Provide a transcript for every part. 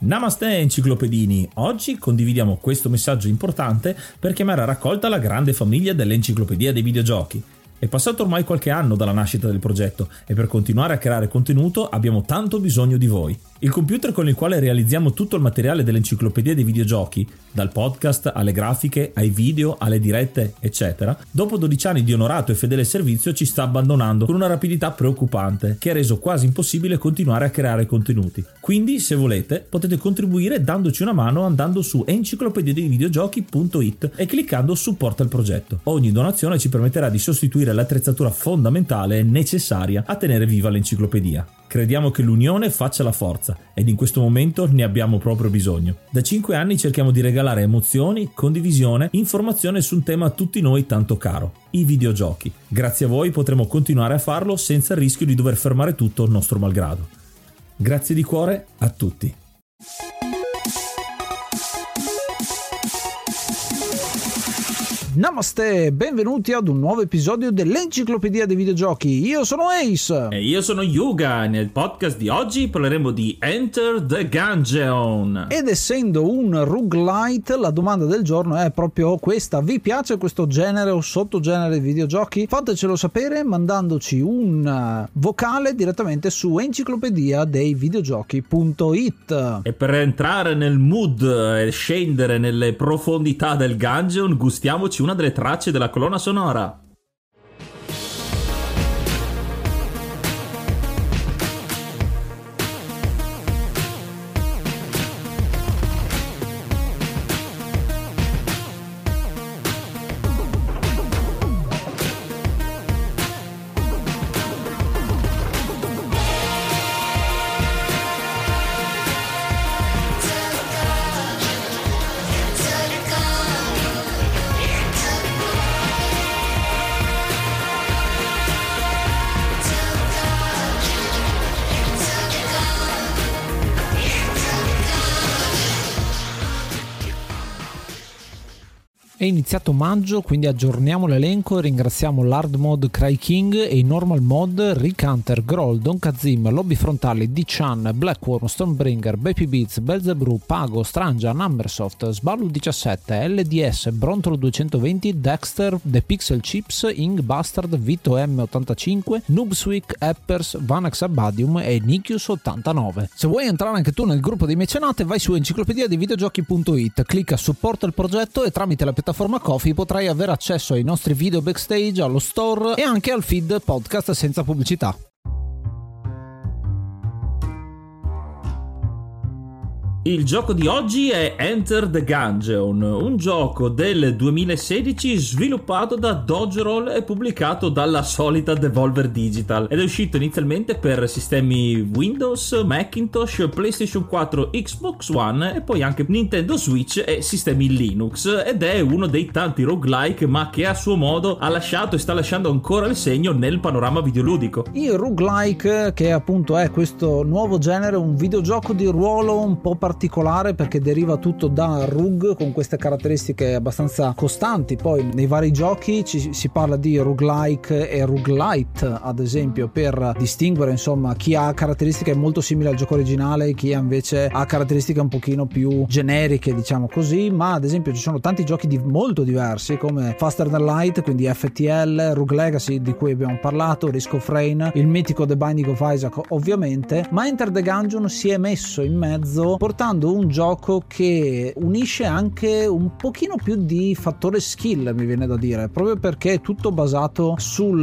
Namaste enciclopedini, oggi condividiamo questo messaggio importante per chiamare a raccolta la grande famiglia dell'Enciclopedia dei Videogiochi. È passato ormai qualche anno dalla nascita del progetto e per continuare a creare contenuto abbiamo tanto bisogno di voi. Il computer con il quale realizziamo tutto il materiale dell'Enciclopedia dei Videogiochi, dal podcast alle grafiche, ai video, alle dirette, eccetera, dopo 12 anni di onorato e fedele servizio ci sta abbandonando con una rapidità preoccupante che ha reso quasi impossibile continuare a creare contenuti. Quindi, se volete, potete contribuire dandoci una mano andando su enciclopediadeivideogiochi.it e cliccando supporta il progetto. Ogni donazione ci permetterà di sostituire l'attrezzatura fondamentale e necessaria a tenere viva l'enciclopedia. Crediamo che l'unione faccia la forza ed in questo momento ne abbiamo proprio bisogno. Da 5 anni cerchiamo di regalare emozioni, condivisione, informazione su un tema a tutti noi tanto caro, i videogiochi. Grazie a voi potremo continuare a farlo senza il rischio di dover fermare tutto nostro malgrado. Grazie di cuore a tutti. Namaste, benvenuti ad un nuovo episodio dell'Enciclopedia dei Videogiochi. Io sono Ace e io sono Yuga. Nel podcast di oggi parleremo di Enter the Gungeon. Ed essendo un roguelite, la domanda del giorno è proprio questa: vi piace questo genere o sottogenere di videogiochi? Fatecelo sapere mandandoci un vocale direttamente su enciclopedia-dei-videogiochi.it. E per entrare nel mood e scendere nelle profondità del Gungeon, gustiamoci una delle tracce della colonna sonora. È iniziato maggio, quindi aggiorniamo l'elenco e ringraziamo l'Hard Mod Cry King e i Normal Mod Rick Hunter, Groll, Don Kazim, Lobby Frontali, D-Chan, Blackworm, Stonebringer, Baby Beats, Belzebrew, Pago, Strangia, Numbersoft, Sballu 17, LDS, Brontolo 220, Dexter, The Pixel Chips, Ing Bastard, Vito M85, Noobswick, Eppers, Vanax Abadium e Nikius 89. Se vuoi entrare anche tu nel gruppo dei mecenate, vai su enciclopediadeivideogiochi.it, clicca supporta il progetto e tramite la piattaforma Ko-fi potrai avere accesso ai nostri video backstage, allo store e anche al feed podcast senza pubblicità. Il gioco di oggi è Enter the Gungeon, un gioco del 2016 sviluppato da Dodgerall e pubblicato dalla solita Devolver Digital ed è uscito inizialmente per sistemi Windows, Macintosh, PlayStation 4, Xbox One e poi anche Nintendo Switch e sistemi Linux, ed è uno dei tanti roguelike ma che a suo modo ha lasciato e sta lasciando ancora il segno nel panorama videoludico. Il roguelike, che appunto è questo nuovo genere, un videogioco di ruolo un po' particolare perché deriva tutto da RUG con queste caratteristiche abbastanza costanti. Poi nei vari giochi si parla di roguelike e roguelite, ad esempio, per distinguere insomma chi ha caratteristiche molto simili al gioco originale e chi invece ha caratteristiche un pochino più generiche, diciamo così. Ma ad esempio ci sono tanti giochi molto diversi come Faster Than Light, quindi FTL, Rogue Legacy di cui abbiamo parlato, Risk of Rain, il mitico The Binding of Isaac ovviamente, ma Enter the Gungeon si è messo in mezzo portando un gioco che unisce anche un pochino più di fattore skill, mi viene da dire, proprio perché è tutto basato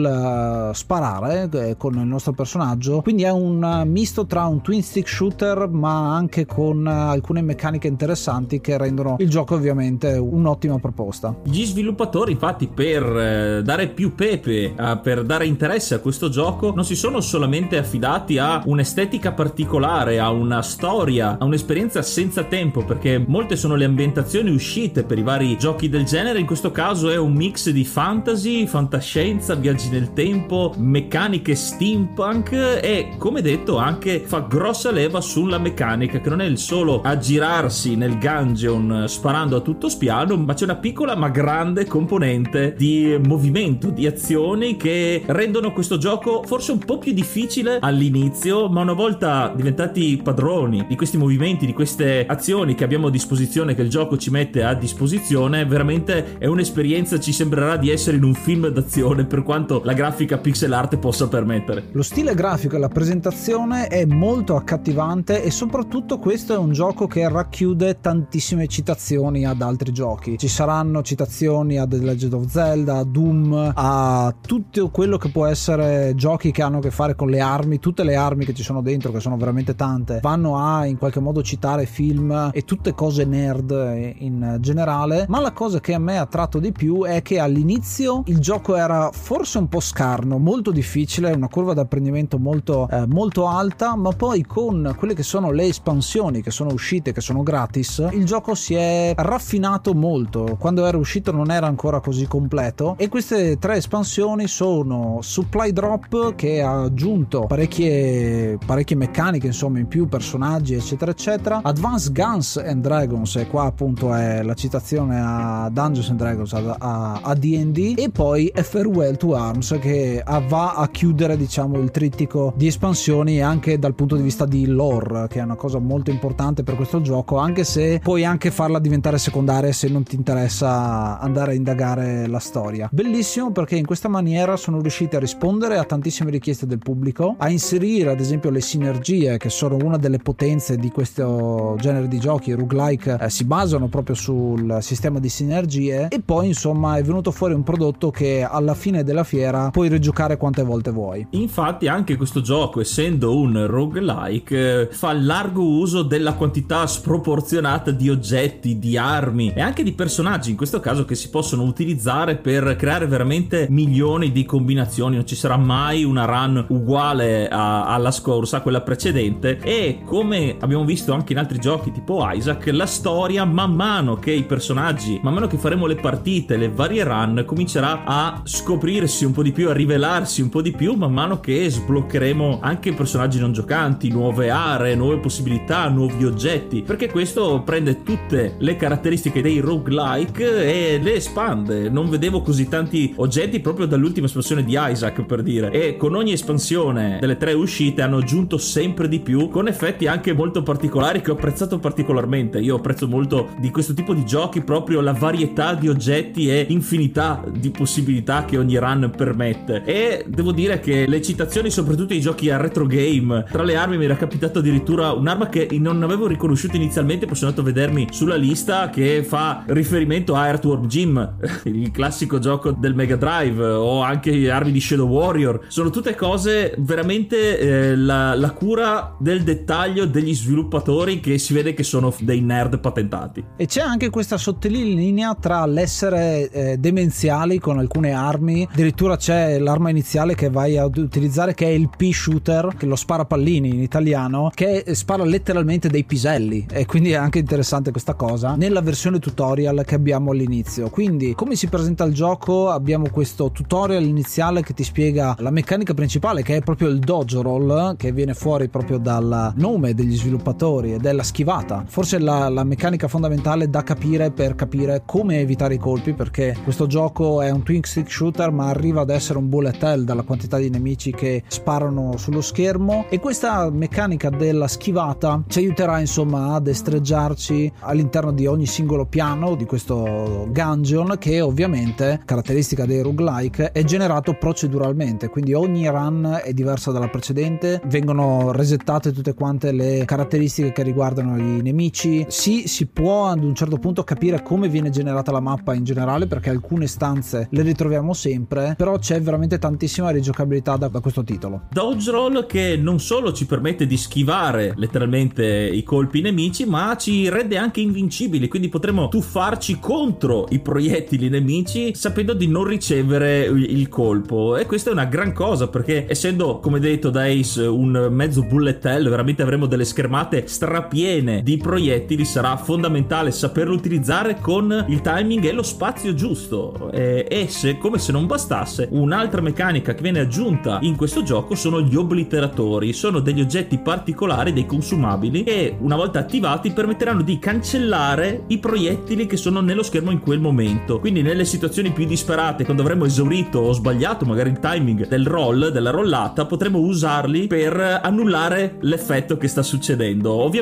sul sparare con il nostro personaggio, quindi è un misto tra un twin stick shooter ma anche con alcune meccaniche interessanti che rendono il gioco ovviamente un'ottima proposta. Gli sviluppatori infatti per dare più pepe, per dare interesse a questo gioco, non si sono solamente affidati a un'estetica particolare, a una storia, a un'esperienza senza tempo, perché molte sono le ambientazioni uscite per i vari giochi del genere. In questo caso è un mix di fantasy, fantascienza, viaggi nel tempo, meccaniche steampunk e, come detto, anche fa grossa leva sulla meccanica, che non è il solo aggirarsi nel gungeon sparando a tutto spiano, ma c'è una piccola ma grande componente di movimento, di azioni che rendono questo gioco forse un po' più difficile all'inizio, ma una volta diventati padroni di questi movimenti, di queste azioni che abbiamo a disposizione, che il gioco ci mette a disposizione, veramente è un'esperienza, ci sembrerà di essere in un film d'azione, per quanto la grafica pixel art possa permettere. Lo stile grafico e la presentazione è molto accattivante, e soprattutto questo è un gioco che racchiude tantissime citazioni ad altri giochi. Ci saranno citazioni a The Legend of Zelda, a Doom, a tutto quello che può essere giochi che hanno a che fare con le armi. Tutte le armi che ci sono dentro, che sono veramente tante, vanno a in qualche modo citare film e tutte cose nerd in generale. Ma la cosa che a me ha attratto di più è che all'inizio il gioco era forse un po' scarno, molto difficile, una curva d'apprendimento molto alta, ma poi con quelle che sono le espansioni che sono uscite, che sono gratis, il gioco si è raffinato molto. Quando era uscito non era ancora così completo, e queste 3 espansioni sono Supply Drop, che ha aggiunto parecchie meccaniche, insomma, in più, personaggi eccetera eccetera, Advanced Guns and Dragons, e qua appunto è la citazione a Dungeons and Dragons, a D&D, e poi A Farewell to Arms, che va a chiudere, diciamo, il trittico di espansioni anche dal punto di vista di lore, che è una cosa molto importante per questo gioco, anche se puoi anche farla diventare secondaria se non ti interessa andare a indagare la storia. Bellissimo, perché in questa maniera sono riusciti a rispondere a tantissime richieste del pubblico, a inserire ad esempio le sinergie, che sono una delle potenze di questo genere di giochi. I roguelike si basano proprio sul sistema di sinergie, e poi insomma è venuto fuori un prodotto che alla fine della fiera puoi rigiocare quante volte vuoi. Infatti anche questo gioco, essendo un roguelike, fa largo uso della quantità sproporzionata di oggetti, di armi e anche di personaggi, in questo caso, che si possono utilizzare per creare veramente milioni di combinazioni. Non ci sarà mai una run uguale alla scorsa, a quella precedente, e come abbiamo visto anche in altri giochi tipo Isaac, la storia, man mano che i personaggi, man mano che faremo le partite, le varie run, comincerà a scoprirsi un po' di più, a rivelarsi un po' di più, man mano che sbloccheremo anche personaggi non giocanti, nuove aree, nuove possibilità, nuovi oggetti, perché questo prende tutte le caratteristiche dei roguelike e le espande. Non vedevo così tanti oggetti proprio dall'ultima espansione di Isaac, per dire, e con ogni espansione delle 3 uscite hanno aggiunto sempre di più, con effetti anche molto particolari che ho apprezzato particolarmente. Io apprezzo molto di questo tipo di giochi proprio la varietà di oggetti e infinità di possibilità che ogni run permette, e devo dire che le citazioni, soprattutto ai giochi a retro game, tra le armi mi era capitato addirittura un'arma che non avevo riconosciuto inizialmente, poi sono andato a vedermi sulla lista, che fa riferimento a Earthworm Jim, il classico gioco del Mega Drive, o anche armi di Shadow Warrior. Sono tutte cose veramente la cura del dettaglio degli sviluppatori, che si vede che sono dei nerd patentati. E c'è anche questa sottolinea tra l'essere demenziali con alcune armi. Addirittura c'è l'arma iniziale che vai a utilizzare, che è il Pea-Shooter, che lo sparapallini in italiano, che spara letteralmente dei piselli, e quindi è anche interessante questa cosa nella versione tutorial che abbiamo all'inizio. Quindi come si presenta il gioco? Abbiamo questo tutorial iniziale che ti spiega la meccanica principale, che è proprio il dodge roll, che viene fuori proprio dal nome degli sviluppatori, ed è la schivata, forse la meccanica fondamentale da capire per capire come evitare i colpi, perché questo gioco è un twin stick shooter ma arriva ad essere un bullet hell dalla quantità di nemici che sparano sullo schermo, e questa meccanica della schivata ci aiuterà insomma a destreggiarci all'interno di ogni singolo piano di questo dungeon, che ovviamente, caratteristica dei roguelike, è generato proceduralmente, quindi ogni run è diversa dalla precedente, vengono resettate tutte quante le caratteristiche che riguardano i nemici. Sì, si può ad un certo punto capire come viene generata la mappa in generale, perché alcune stanze le ritroviamo sempre, però c'è veramente tantissima rigiocabilità da questo titolo. Dodge roll che non solo ci permette di schivare letteralmente i colpi nemici, ma ci rende anche invincibili, quindi potremo tuffarci contro i proiettili nemici sapendo di non ricevere il colpo, e questa è una gran cosa, perché essendo, come detto da Ace, un mezzo bullet hell, veramente avremo delle schermate strapiene di proiettili. Sarà fondamentale saperlo utilizzare con il timing e lo spazio giusto, e se, come se non bastasse, un'altra meccanica che viene aggiunta in questo gioco sono gli obliteratori. Sono degli oggetti particolari, dei consumabili, che una volta attivati permetteranno di cancellare i proiettili che sono nello schermo in quel momento. Quindi nelle situazioni più disperate, quando avremo esaurito o sbagliato magari il timing del roll, della rollata, potremo usarli per annullare l'effetto che sta succedendo. Ovviamente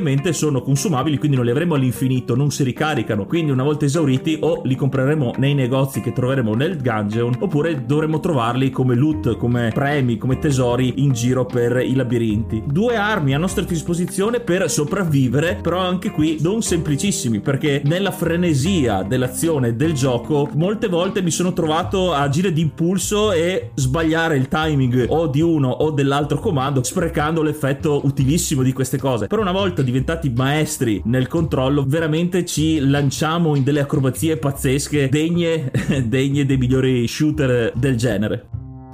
ovviamente sono consumabili, quindi non li avremo all'infinito, non si ricaricano, quindi una volta esauriti o li compreremo nei negozi che troveremo nel dungeon, oppure dovremo trovarli come loot, come premi, come tesori in giro per i labirinti. 2 armi a nostra disposizione per sopravvivere, però anche qui non semplicissimi, perché nella frenesia dell'azione del gioco molte volte mi sono trovato a agire di impulso e sbagliare il timing o di uno o dell'altro comando, sprecando l'effetto utilissimo di queste cose. Però una volta diventati maestri nel controllo, veramente ci lanciamo in delle acrobazie pazzesche degne dei migliori shooter del genere.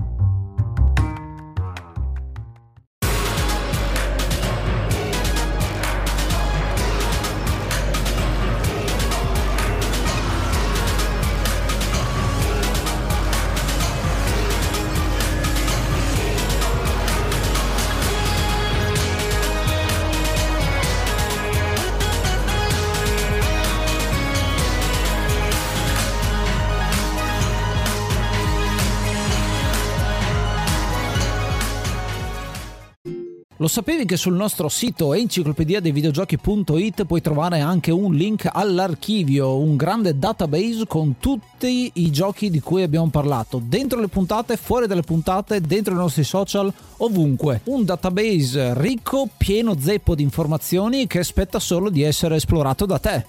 Lo sapevi che sul nostro sito enciclopediadeivideogiochi.it puoi trovare anche un link all'archivio, un grande database con tutti i giochi di cui abbiamo parlato, dentro le puntate, fuori dalle puntate, dentro i nostri social, ovunque. Un database ricco, pieno zeppo di informazioni che aspetta solo di essere esplorato da te.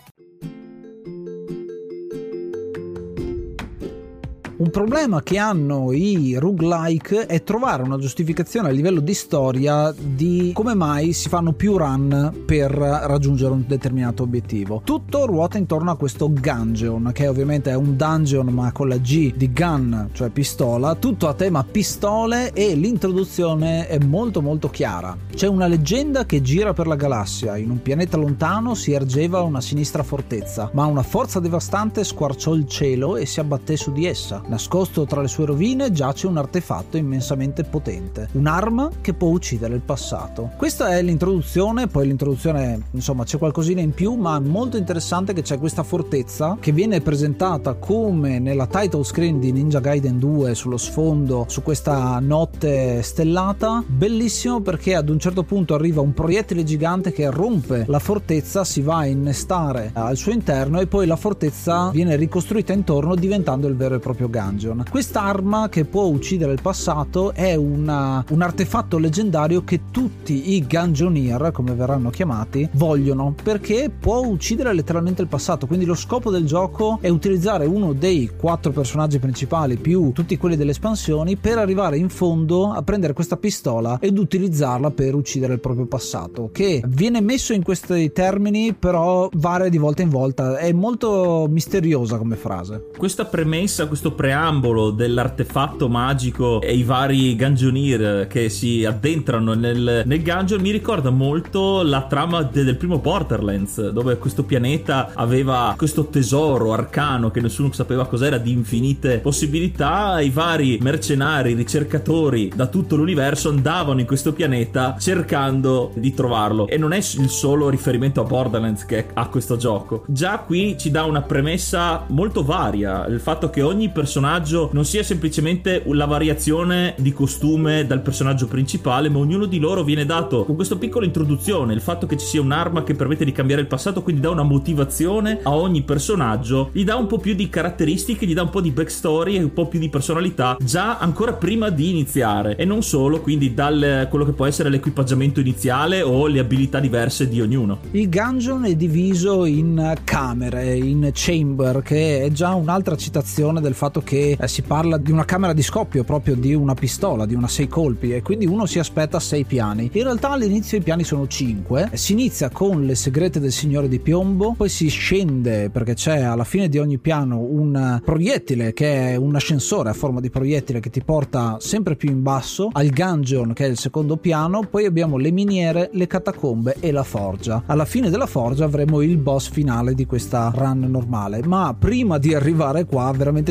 Un problema che hanno i roguelike è trovare una giustificazione a livello di storia di come mai si fanno più run per raggiungere un determinato obiettivo. Tutto ruota intorno a questo Gungeon, che ovviamente è un dungeon ma con la G di gun, cioè pistola, tutto a tema pistole, e l'introduzione è molto molto chiara. C'è una leggenda che gira per la galassia: in un pianeta lontano si ergeva una sinistra fortezza, ma una forza devastante squarciò il cielo e si abbatté su di essa. Nascosto tra le sue rovine giace un artefatto immensamente potente, un'arma che può uccidere il passato. Questa è l'introduzione. Poi l'introduzione, insomma, c'è qualcosina in più, ma è molto interessante che c'è questa fortezza che viene presentata come nella title screen di Ninja Gaiden 2 sullo sfondo, su questa notte stellata. Bellissimo, perché ad un certo punto arriva un proiettile gigante che rompe la fortezza, si va a innestare al suo interno e poi la fortezza viene ricostruita intorno, diventando il vero e proprio Gungeon. Quest'arma che può uccidere il passato è un artefatto leggendario che tutti i Gungeoneer, come verranno chiamati, vogliono, perché può uccidere letteralmente il passato. Quindi lo scopo del gioco è utilizzare uno dei 4 personaggi principali più tutti quelli delle espansioni per arrivare in fondo a prendere questa pistola ed utilizzarla per uccidere il proprio passato, che viene messo in questi termini, però varia di volta in volta. È molto misteriosa come frase. Questa premessa, questo preambolo dell'artefatto magico e i vari Gungeoneer che si addentrano nel Gungeon mi ricorda molto la trama del primo Borderlands, dove questo pianeta aveva questo tesoro arcano che nessuno sapeva cos'era, di infinite possibilità. I vari mercenari, ricercatori da tutto l'universo andavano in questo pianeta cercando di trovarlo, e non è il solo riferimento a Borderlands che ha questo gioco. Già qui ci dà una premessa molto varia, il fatto che ogni personaggio non sia semplicemente la variazione di costume dal personaggio principale, ma ognuno di loro viene dato con questa piccola introduzione, il fatto che ci sia un'arma che permette di cambiare il passato, quindi dà una motivazione a ogni personaggio, gli dà un po' più di caratteristiche, gli dà un po' di backstory e un po' più di personalità già ancora prima di iniziare, e non solo quindi dal quello che può essere l'equipaggiamento iniziale o le abilità diverse di ognuno. Il Gungeon è diviso in camere, in chamber, che è già un'altra citazione del fatto che si parla di una camera di scoppio, proprio di una pistola, di una 6 colpi, e quindi uno si aspetta 6 piani. In realtà all'inizio i piani sono 5. Si inizia con le segrete del Signore di Piombo, poi si scende perché c'è alla fine di ogni piano un proiettile che è un ascensore a forma di proiettile che ti porta sempre più in basso al Gungeon, che è il secondo piano. Poi abbiamo le miniere, le catacombe e la forgia. Alla fine della forgia avremo il boss finale di questa run normale, ma prima di arrivare qua veramente ci vogliono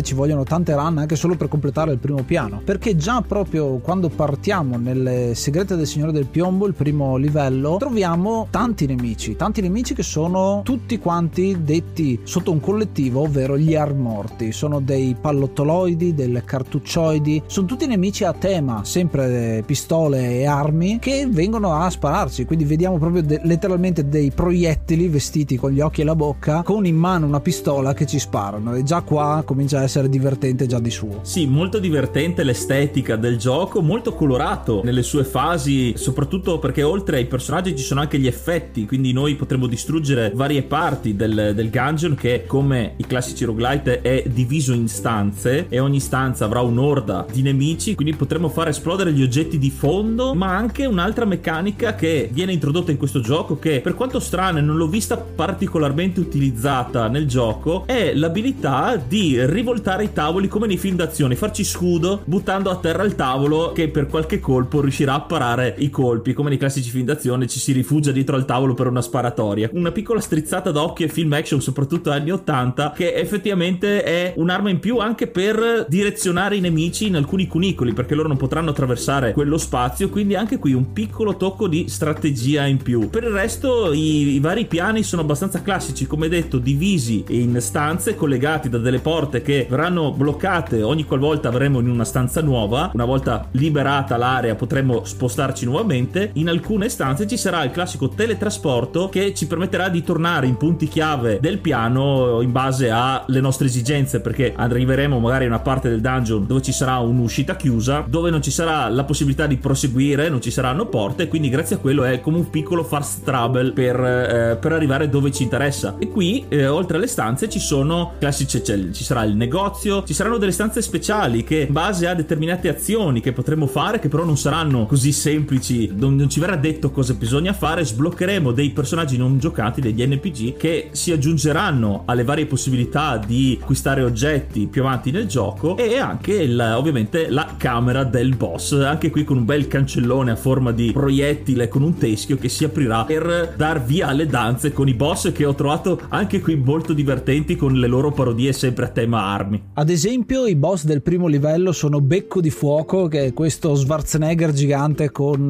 vogliono tante run anche solo per completare il primo piano, perché già proprio quando partiamo nelle segrete del Signore del Piombo, il primo livello, troviamo tanti nemici che sono tutti quanti detti sotto un collettivo, ovvero gli armorti. Sono dei pallottoloidi, delle cartuccioidi, sono tutti nemici a tema, sempre pistole e armi che vengono a spararci, quindi vediamo proprio letteralmente dei proiettili vestiti con gli occhi e la bocca, con in mano una pistola che ci sparano, e già qua comincia a essere divertente già di suo. Sì, molto divertente l'estetica del gioco, molto colorato nelle sue fasi, soprattutto perché oltre ai personaggi ci sono anche gli effetti, quindi noi potremo distruggere varie parti del dungeon, che come i classici roguelite è diviso in stanze e ogni stanza avrà un'orda di nemici, quindi potremo far esplodere gli oggetti di fondo. Ma anche un'altra meccanica che viene introdotta in questo gioco, che per quanto strana e non l'ho vista particolarmente utilizzata nel gioco, è l'abilità di rivoltare i tavoli come nei film d'azione, farci scudo buttando a terra il tavolo che per qualche colpo riuscirà a parare i colpi. Come nei classici film d'azione ci si rifugia dietro al tavolo per una sparatoria. Una piccola strizzata d'occhio e film action, soprattutto anni 80, che effettivamente è un'arma in più anche per direzionare i nemici in alcuni cunicoli, perché loro non potranno attraversare quello spazio, quindi anche qui un piccolo tocco di strategia in più. Per il resto i vari piani sono abbastanza classici, come detto, divisi in stanze collegati da delle porte che verranno bloccate ogni qualvolta avremo in una stanza nuova. Una volta liberata l'area potremo spostarci nuovamente. In alcune stanze ci sarà il classico teletrasporto che ci permetterà di tornare in punti chiave del piano in base alle nostre esigenze, perché arriveremo magari a una parte del dungeon dove ci sarà un'uscita chiusa, dove non ci sarà la possibilità di proseguire, non ci saranno porte, quindi grazie a quello è come un piccolo fast travel per arrivare dove ci interessa. E qui oltre alle stanze ci sono classici, ci sarà il negozio, ci saranno delle stanze speciali che in base a determinate azioni che potremo fare, che però non saranno così semplici, non ci verrà detto cosa bisogna fare, sbloccheremo dei personaggi non giocati, degli NPG, che si aggiungeranno alle varie possibilità di acquistare oggetti più avanti nel gioco, e anche ovviamente la camera del boss, anche qui con un bel cancellone a forma di proiettile con un teschio che si aprirà per dar via alle danze con i boss, che ho trovato anche qui molto divertenti con le loro parodie sempre a tema armi. Ad esempio i boss del primo livello sono Becco di Fuoco, che è questo Schwarzenegger gigante con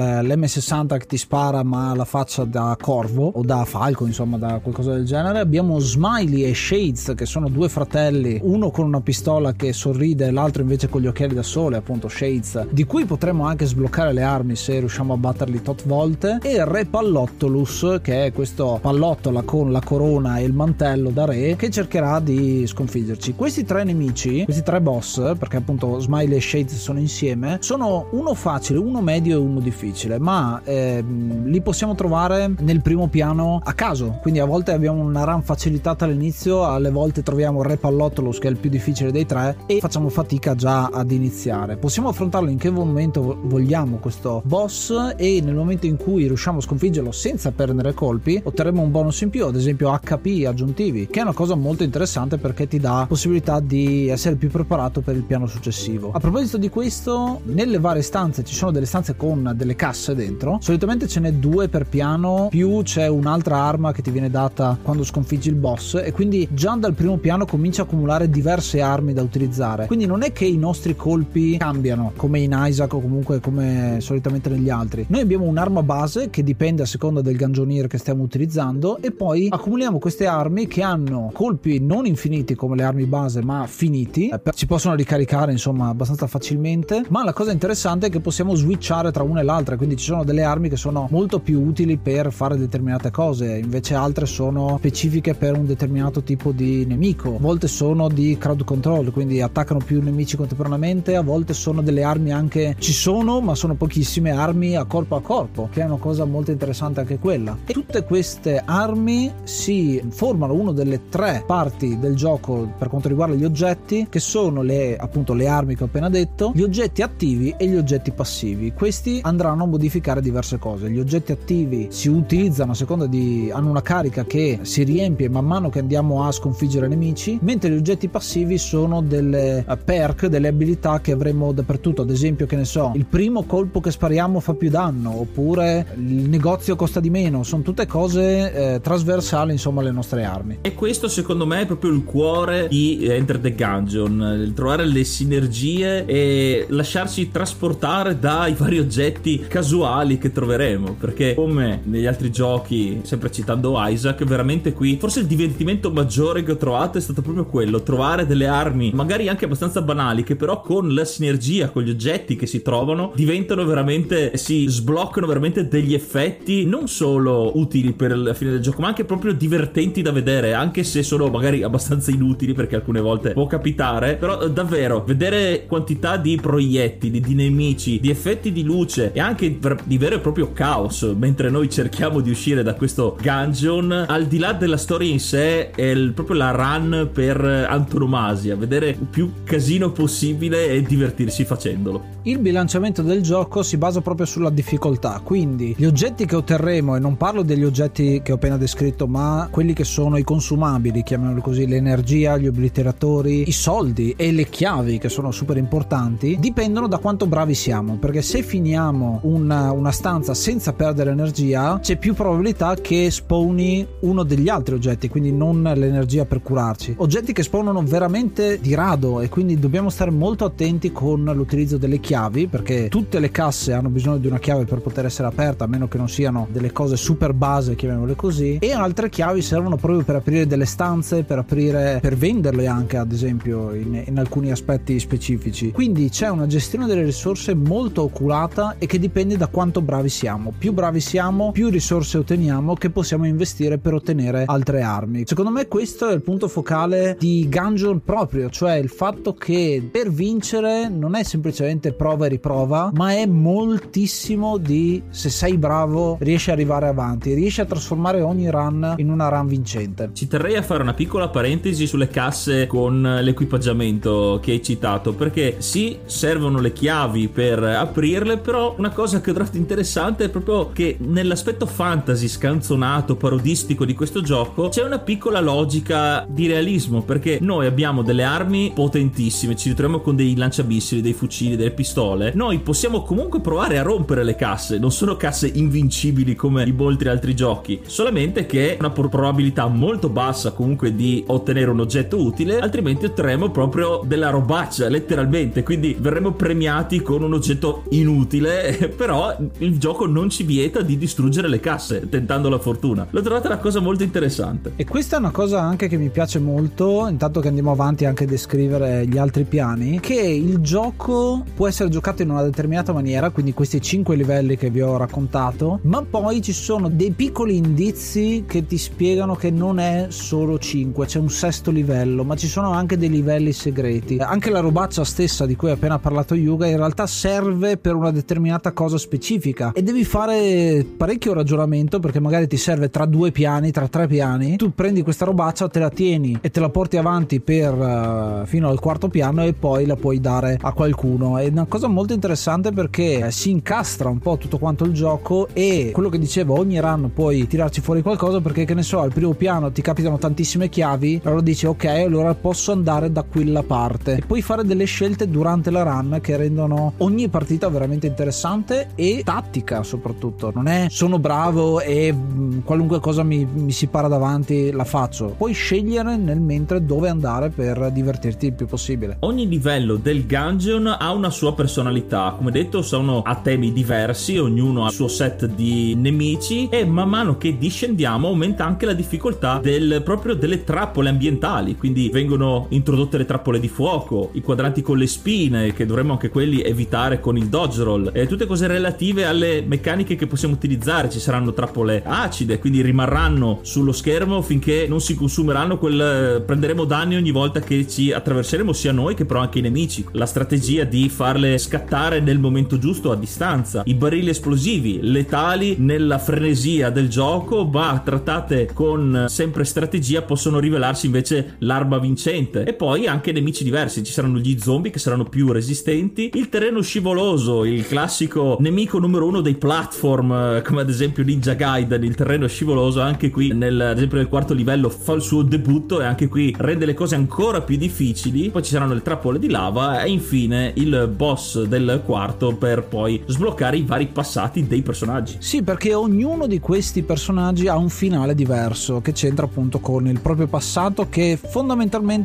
l'M60 che ti spara ma la faccia da corvo o da falco, insomma da qualcosa del genere. Abbiamo Smiley e Shades, che sono due fratelli, uno con una pistola che sorride e l'altro invece con gli occhiali da sole, appunto Shades, di cui potremo anche sbloccare le armi se riusciamo a batterli tot volte. E Re Pallottolus, che è questo pallottola con la corona e il mantello da re, che cercherà di sconfiggerci. Questi tre nemici, questi tre boss, perché appunto Smiley e Shades sono insieme, sono uno facile, uno medio e uno difficile, ma li possiamo trovare nel primo piano a caso, quindi a volte abbiamo una run facilitata all'inizio, alle volte troviamo Re Pallottolus che è il più difficile dei tre e facciamo fatica già ad iniziare. Possiamo affrontarlo in che momento vogliamo questo boss, e nel momento in cui riusciamo a sconfiggerlo senza perdere colpi otterremo un bonus in più, ad esempio HP aggiuntivi, che è una cosa molto interessante perché ti dà possibilità di essere più preparato per il piano successivo. A proposito di questo, nelle varie stanze ci sono delle stanze con delle casse dentro, solitamente ce n'è 2 per piano, più c'è un'altra arma che ti viene data quando sconfiggi il boss, e quindi già dal primo piano comincia a accumulare diverse armi da utilizzare, quindi non è che i nostri colpi cambiano come in Isaac o comunque come solitamente negli altri. Noi abbiamo un'arma base che dipende a seconda del Gungeoneer che stiamo utilizzando, e poi accumuliamo queste armi che hanno colpi non infiniti come le armi base ma finiti, si possono ricaricare insomma abbastanza facilmente, ma la cosa interessante è che possiamo switchare tra una e l'altra, quindi ci sono delle armi che sono molto più utili per fare determinate cose, invece altre sono specifiche per un determinato tipo di nemico, a volte sono di crowd control, quindi attaccano più nemici contemporaneamente, a volte sono delle armi anche, ci sono ma sono pochissime armi a corpo, che è una cosa molto interessante anche quella. E tutte queste armi si formano una delle 3 parti del gioco per quanto riguarda gli oggetti, che sono appunto le armi che ho appena detto, gli oggetti attivi e gli oggetti passivi. Questi andranno a modificare diverse cose. Gli oggetti attivi si utilizzano a seconda hanno una carica che si riempie man mano che andiamo a sconfiggere nemici, mentre gli oggetti passivi sono delle perk, delle abilità che avremo dappertutto, ad esempio, che ne so, il primo colpo che spariamo fa più danno, oppure il negozio costa di meno, sono tutte cose trasversali insomma alle nostre armi. E questo secondo me è proprio il cuore di Enter per The Gungeon, il trovare le sinergie e lasciarci trasportare dai vari oggetti casuali che troveremo, perché come negli altri giochi, sempre citando Isaac, veramente qui forse il divertimento maggiore che ho trovato è stato proprio quello, trovare delle armi magari anche abbastanza banali che però con la sinergia con gli oggetti che si trovano diventano veramente, si sbloccano veramente degli effetti non solo utili per la fine del gioco ma anche proprio divertenti da vedere, anche se sono magari abbastanza inutili, perché alcune volte può capitare, però davvero vedere quantità di proiettili, di nemici, di effetti di luce e anche di vero e proprio caos mentre noi cerchiamo di uscire da questo dungeon, al di là della storia in sé, è proprio la run per antonomasia, vedere il più casino possibile e divertirsi facendolo. Il bilanciamento del gioco si basa proprio sulla difficoltà, quindi gli oggetti che otterremo, e non parlo degli oggetti che ho appena descritto ma quelli che sono i consumabili, chiamiamoli così, l'energia, gli obliteratori, i soldi e le chiavi che sono super importanti, dipendono da quanto bravi siamo, perché se finiamo una stanza senza perdere energia c'è più probabilità che spawni uno degli altri oggetti, quindi non l'energia per curarci, oggetti che spawnano veramente di rado, e quindi dobbiamo stare molto attenti con l'utilizzo delle chiavi, perché tutte le casse hanno bisogno di una chiave per poter essere aperta, a meno che non siano delle cose super base, chiamiamole così, e altre chiavi servono proprio per aprire delle stanze, per venderle anche, ad esempio in alcuni aspetti specifici. Quindi c'è una gestione delle risorse molto oculata e che dipende da quanto bravi siamo. Più bravi siamo, più risorse otteniamo che possiamo investire per ottenere altre armi. Secondo me questo è il punto focale di Gungeon proprio, cioè il fatto che per vincere non è semplicemente prova e riprova, ma è moltissimo di, se sei bravo riesci ad arrivare avanti, riesci a trasformare ogni run in una run vincente. Ci terrei a fare una piccola parentesi sulle casse con l'equipaggiamento che hai citato, perché sì, servono le chiavi per aprirle, però una cosa che ho trovato interessante è proprio che nell'aspetto fantasy scanzonato, parodistico di questo gioco c'è una piccola logica di realismo, perché noi abbiamo delle armi potentissime, ci ritroviamo con dei lanciamissili, dei fucili, delle pistole, noi possiamo comunque provare a rompere le casse, non sono casse invincibili come in molti altri giochi, solamente che una probabilità molto bassa comunque di ottenere un oggetto utile, altrimenti otterremo proprio della robaccia letteralmente, quindi verremo premiati con un oggetto inutile, però il gioco non ci vieta di distruggere le casse tentando la fortuna. L'ho trovata una cosa molto interessante, e questa è una cosa anche che mi piace molto, intanto che andiamo avanti anche a descrivere gli altri piani, che il gioco può essere giocato in una determinata maniera, quindi questi 5 livelli che vi ho raccontato, ma poi ci sono dei piccoli indizi che ti spiegano che non è solo 5, c'è un sesto livello, ma ci sono anche dei livelli segreti. Anche la robaccia stessa di cui ha appena parlato Yuga in realtà serve per una determinata cosa specifica, e devi fare parecchio ragionamento, perché magari ti serve tra 2 piani, tra 3 piani, tu prendi questa robaccia, te la tieni e te la porti avanti per fino al 4º piano e poi la puoi dare a qualcuno. È una cosa molto interessante perché si incastra un po' tutto quanto il gioco, e quello che dicevo, ogni run puoi tirarci fuori qualcosa, perché che ne so, al primo piano ti capitano tantissime chiavi, allora dici ok, allora posso andare da quella parte, e puoi fare delle scelte durante la run che rendono ogni partita veramente interessante e tattica. Soprattutto non è sono bravo e qualunque cosa mi si para davanti la faccio, puoi scegliere nel mentre dove andare per divertirti il più possibile. Ogni livello del Gungeon ha una sua personalità, come detto sono a temi diversi, ognuno ha il suo set di nemici, e man mano che discendiamo aumenta anche la difficoltà proprio delle trappole ambientali, quindi vengono introdotte le trappole di fuoco, i quadranti con le spine che dovremmo anche quelli evitare con il dodge roll, e tutte cose relative alle meccaniche che possiamo utilizzare. Ci saranno trappole acide, quindi rimarranno sullo schermo finché non si consumeranno, prenderemo danni ogni volta che ci attraverseremo, sia noi che però anche i nemici. La strategia di farle scattare nel momento giusto a distanza, i barili esplosivi letali nella frenesia del gioco, ma trattate con sempre strategia possono rivelarsi invece l'arma vincente. E poi anche nemici diversi, ci saranno gli zombie che saranno più resistenti, il terreno scivoloso, il classico nemico numero 1 dei platform come ad esempio Ninja Gaiden, il terreno scivoloso anche qui ad esempio nel 4º livello fa il suo debutto, e anche qui rende le cose ancora più difficili. Poi ci saranno le trappole di lava e infine il boss del 4º per poi sbloccare i vari passati dei personaggi. Sì, perché ognuno di questi personaggi ha un finale diverso che c'entra appunto con il proprio passato, che fondamentalmente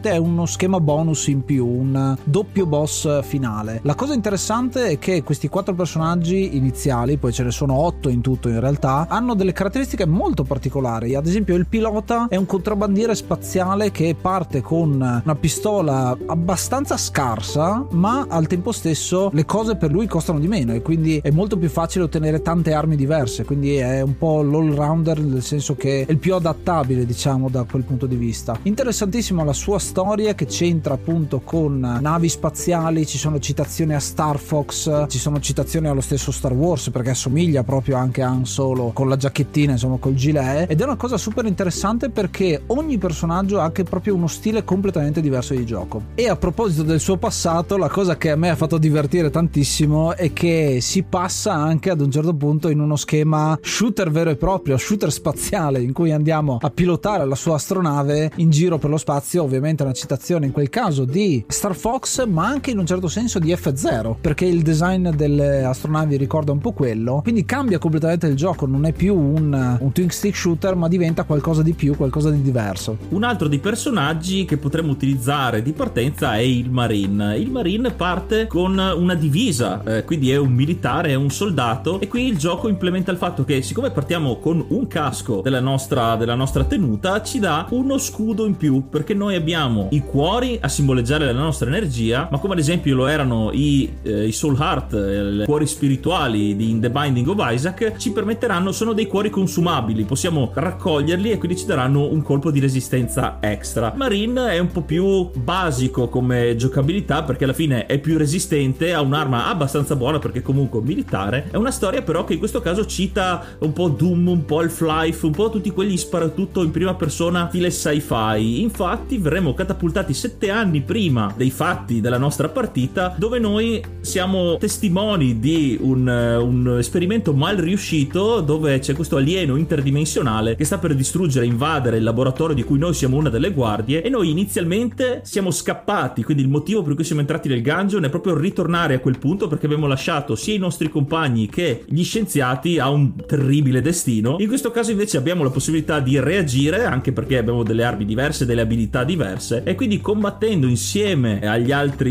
semplicemente è uno schema bonus in più, un doppio boss finale. La cosa interessante è che questi 4 personaggi iniziali, poi ce ne sono 8 in tutto in realtà, hanno delle caratteristiche molto particolari. Ad esempio il pilota è un contrabbandiere spaziale che parte con una pistola abbastanza scarsa, ma al tempo stesso le cose per lui costano di meno e quindi è molto più facile ottenere tante armi diverse, quindi è un po' l'all-rounder, nel senso che è il più adattabile, diciamo, da quel punto di vista. Interessantissima la sua storia, che c'entra appunto con navi spaziali, ci sono citazioni a Star Fox, ci sono citazioni allo stesso Star Wars, perché assomiglia proprio anche a Han Solo con la giacchettina, insomma col gilet, ed è una cosa super interessante perché ogni personaggio ha anche proprio uno stile completamente diverso di gioco. E a proposito del suo passato, la cosa che a me ha fatto divertire tantissimo è che si passa anche ad un certo punto in uno schema shooter vero e proprio, shooter spaziale, in cui andiamo a pilotare la sua astronave in giro per lo spazio. Ovviamente una citazione in quel caso di Star Fox, ma anche in un certo senso di F0, perché il design delle astronavi ricorda un po' quello, quindi cambia completamente il gioco, non è più un twin stick shooter, ma diventa qualcosa di più, qualcosa di diverso. Un altro dei personaggi che potremmo utilizzare di partenza è il Marine. Il Marine parte con una divisa, quindi è un militare, è un soldato, e qui il gioco implementa il fatto che, siccome partiamo con un casco della nostra tenuta, ci dà uno scudo in più, perché noi abbiamo i cuori a simboleggiare la nostra energia, ma come ad esempio lo erano i Soul Heart, i cuori spirituali in The Binding of Isaac, ci permetteranno, sono dei cuori consumabili, possiamo raccoglierli e quindi ci daranno un colpo di resistenza extra. Marine è un po' più basico come giocabilità, perché alla fine è più resistente, ha un'arma abbastanza buona perché comunque militare. È una storia però che in questo caso cita un po' Doom, un po' Half-Life, un po' tutti quegli sparatutto in prima persona stile sci-fi. Infatti verremo catapultati 7 anni prima dei fatti della nostra partita, dove noi siamo testimoni di un esperimento mal riuscito, dove c'è questo alieno interdimensionale che sta per distruggere e invadere il laboratorio di cui noi siamo una delle guardie, e noi inizialmente siamo scappati. Quindi il motivo per cui siamo entrati nel dungeon è proprio ritornare a quel punto, perché abbiamo lasciato sia i nostri compagni che gli scienziati a un terribile destino. In questo caso invece abbiamo la possibilità di reagire, anche perché abbiamo delle armi diverse, delle abilità diverse, e quindi combattendo insieme agli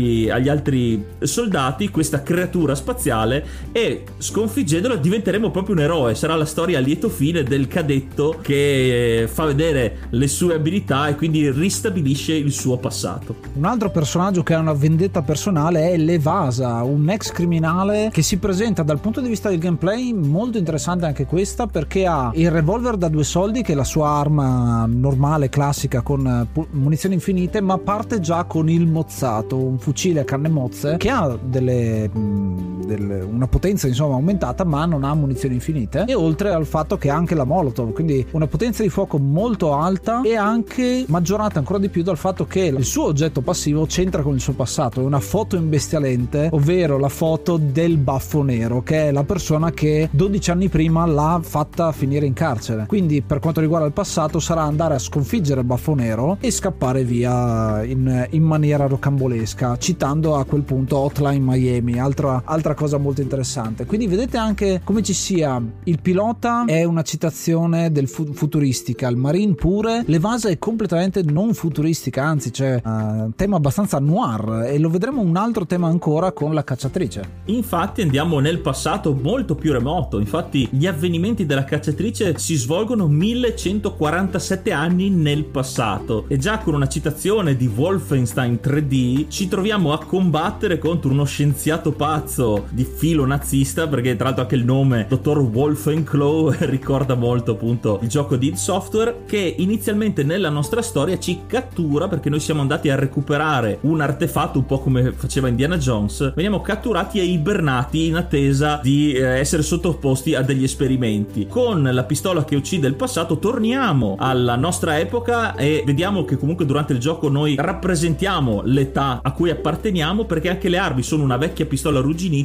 altri soldati questa creatura spaziale e sconfiggendola diventeremo proprio un eroe. Sarà la storia a lieto fine del cadetto che fa vedere le sue abilità e quindi ristabilisce il suo passato. Un altro personaggio che ha una vendetta personale è l'Evasa, un ex criminale che si presenta dal punto di vista del gameplay molto interessante anche questa, perché ha il revolver da 2 soldi, che è la sua arma normale classica con munizioni infinite, ma parte già con il mozzato, un fucile a canne mozze che ha una potenza insomma aumentata, ma non ha munizioni infinite, e oltre al fatto che ha anche la Molotov, quindi una potenza di fuoco molto alta, e anche maggiorata ancora di più dal fatto che il suo oggetto passivo c'entra con il suo passato. È una foto imbestialente, ovvero la foto del Baffo Nero, che è la persona che 12 anni prima l'ha fatta finire in carcere. Quindi per quanto riguarda il passato sarà andare a sconfiggere il Baffo Nero e scappare via in maniera rocambolesca, citando a quel punto Hotline Miami, altra cosa molto interessante. Quindi vedete anche come ci sia il pilota è una citazione del futuristica, il Marine pure, l'Evasa è completamente non futuristica, anzi c'è un tema abbastanza noir, e lo vedremo un altro tema ancora con la cacciatrice. Infatti andiamo nel passato molto più remoto. Infatti gli avvenimenti della cacciatrice si svolgono 1147 anni nel passato, e già con una citazione di Wolfenstein 3D ci troviamo a combattere contro uno scienziato pazzo di filo nazista, perché tra l'altro anche il nome Dottor Wolfenklow ricorda molto appunto il gioco di id Software, che inizialmente nella nostra storia ci cattura perché noi siamo andati a recuperare un artefatto, un po' come faceva Indiana Jones. Veniamo catturati e ibernati in attesa di essere sottoposti a degli esperimenti. Con la pistola che uccide il passato torniamo alla nostra epoca e vediamo che comunque durante il gioco noi rappresentiamo l'età a cui apparteniamo, perché anche le armi sono una vecchia pistola arrugginita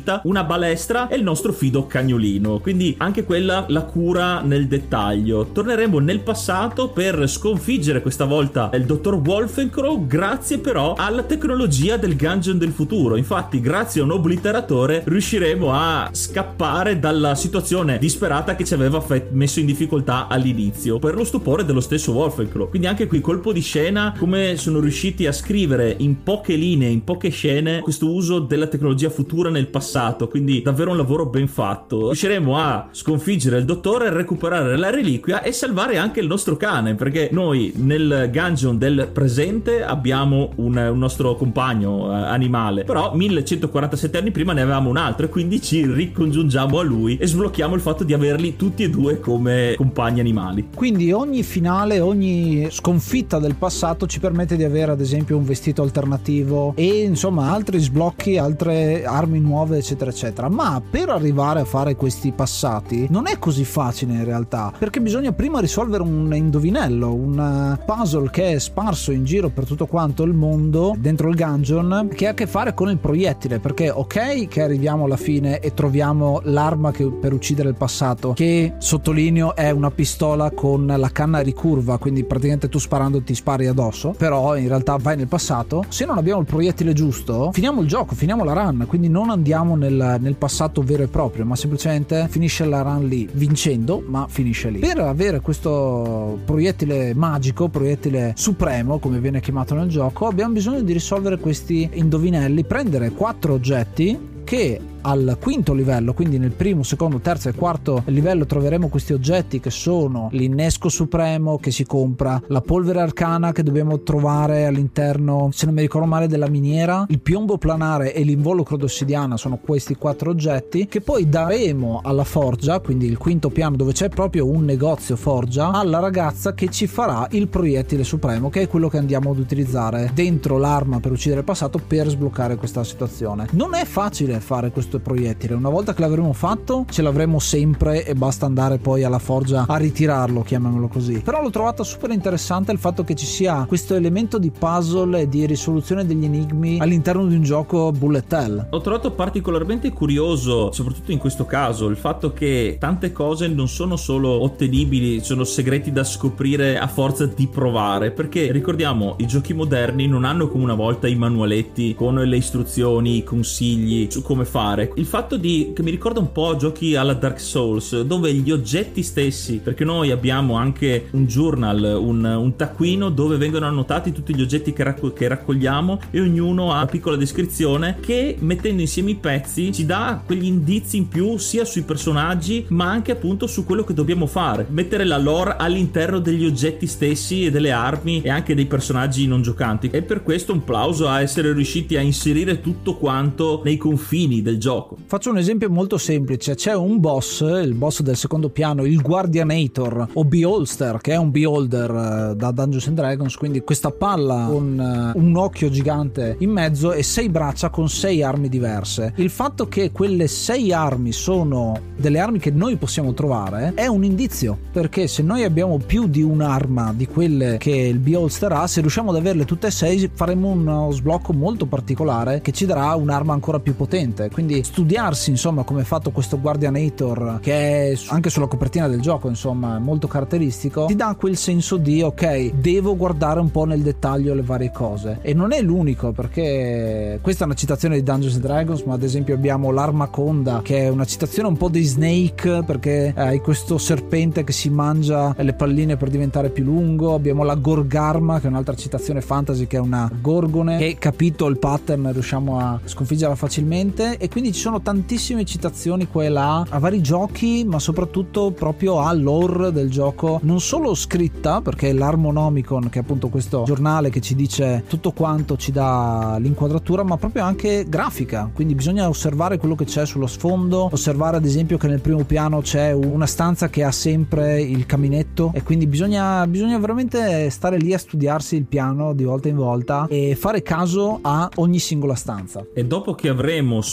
sconfitta, una balestra e il nostro fido cagnolino, quindi anche quella la cura nel dettaglio. Torneremo nel passato per sconfiggere questa volta il dottor Wolfencrow, grazie però alla tecnologia del Gungeon del futuro. Infatti grazie a un obliteratore riusciremo a scappare dalla situazione disperata che ci aveva messo in difficoltà all'inizio, per lo stupore dello stesso Wolfencrow. Quindi anche qui colpo di scena, come sono riusciti a scrivere in poche linee, in poche scene, questo uso della tecnologia futura nel passato, quindi davvero un lavoro ben fatto. Riusciremo a sconfiggere il dottore, recuperare la reliquia e salvare anche il nostro cane, perché noi nel Gungeon del presente abbiamo un nostro compagno animale, però 1147 anni prima ne avevamo un altro e quindi ci ricongiungiamo a lui e sblocchiamo il fatto di averli tutti e due come compagni animali. Quindi ogni finale, ogni sconfitta del passato ci permette di avere ad esempio un vestito alternativo e insomma altri sblocchi, altre armi nuove eccetera eccetera. Ma per arrivare a fare questi passati non è così facile in realtà, perché bisogna prima risolvere un indovinello, un puzzle che è sparso in giro per tutto quanto il mondo dentro il Gungeon, che ha a che fare con il proiettile, perché ok che arriviamo alla fine e troviamo l'arma per uccidere il passato, che sottolineo è una pistola con la canna ricurva, quindi praticamente tu sparando ti spari addosso, però in realtà vai nel passato. Se non abbiamo il proiettile giusto finiamo il gioco, finiamo la run, quindi non andiamo nel passato vero e proprio, ma semplicemente finisce la run lì, vincendo, ma finisce lì. Per avere questo proiettile magico, proiettile supremo come viene chiamato nel gioco, abbiamo bisogno di risolvere questi indovinelli, prendere 4 oggetti che al quinto livello, quindi nel primo, secondo, terzo e quarto livello troveremo questi oggetti che sono l'innesco supremo che si compra, la polvere arcana che dobbiamo trovare all'interno, se non mi ricordo male, della miniera, il piombo planare e l'involucro d'ossidiana. Sono questi 4 oggetti che poi daremo alla forgia, quindi il quinto piano dove c'è proprio un negozio forgia, alla ragazza che ci farà il proiettile supremo, che è quello che andiamo ad utilizzare dentro l'arma per uccidere il passato per sbloccare questa situazione. Non è facile fare questo proiettile, una volta che l'avremo fatto ce l'avremo sempre e basta andare poi alla forgia a ritirarlo, chiamiamolo così. Però l'ho trovato super interessante il fatto che ci sia questo elemento di puzzle e di risoluzione degli enigmi all'interno di un gioco bullet hell. Ho trovato particolarmente curioso, soprattutto in questo caso, il fatto che tante cose non sono solo ottenibili, sono segreti da scoprire a forza di provare, perché ricordiamo i giochi moderni non hanno come una volta i manualetti con le istruzioni, i consigli su come fare. Il fatto che mi ricorda un po' giochi alla Dark Souls, dove gli oggetti stessi, perché noi abbiamo anche un journal, un taccuino dove vengono annotati tutti gli oggetti che raccogliamo e ognuno ha una piccola descrizione che, mettendo insieme i pezzi, ci dà quegli indizi in più sia sui personaggi ma anche appunto su quello che dobbiamo fare, mettere la lore all'interno degli oggetti stessi e delle armi e anche dei personaggi non giocanti. E per questo un plauso a essere riusciti a inserire tutto quanto nei confini del gioco. Faccio un esempio molto semplice: c'è un boss, il boss del secondo piano, il Guardianator o Beholster, che è un beholder da Dungeons and Dragons, quindi questa palla con un occhio gigante in mezzo e 6 braccia con 6 armi diverse. Il fatto che quelle 6 armi sono delle armi che noi possiamo trovare è un indizio, perché se noi abbiamo più di un'arma di quelle che il Beholster ha, se riusciamo ad averle tutte e 6 faremo uno sblocco molto particolare che ci darà un'arma ancora più potente. Quindi studiarsi insomma come è fatto questo Guardianator, che è anche sulla copertina del gioco insomma molto caratteristico, ti dà quel senso di ok, devo guardare un po' nel dettaglio le varie cose. E non è l'unico, perché questa è una citazione di Dungeons and Dragons, ma ad esempio abbiamo l'Armaconda, che è una citazione un po' di Snake, perché hai questo serpente che si mangia le palline per diventare più lungo. Abbiamo la Gorgarma, che è un'altra citazione fantasy, che è una gorgone, che capito il pattern riusciamo a sconfiggerla facilmente. E quindi ci sono tantissime citazioni qua e là a vari giochi, ma soprattutto proprio a lore del gioco, non solo scritta, perché l'Harmonomicon, che è appunto questo giornale che ci dice tutto quanto, ci dà l'inquadratura, ma proprio anche grafica. Quindi bisogna osservare quello che c'è sullo sfondo, osservare ad esempio che nel primo piano c'è una stanza che ha sempre il caminetto, e quindi bisogna veramente stare lì a studiarsi il piano di volta in volta e fare caso a ogni singola stanza. E dopo che avremo spulciato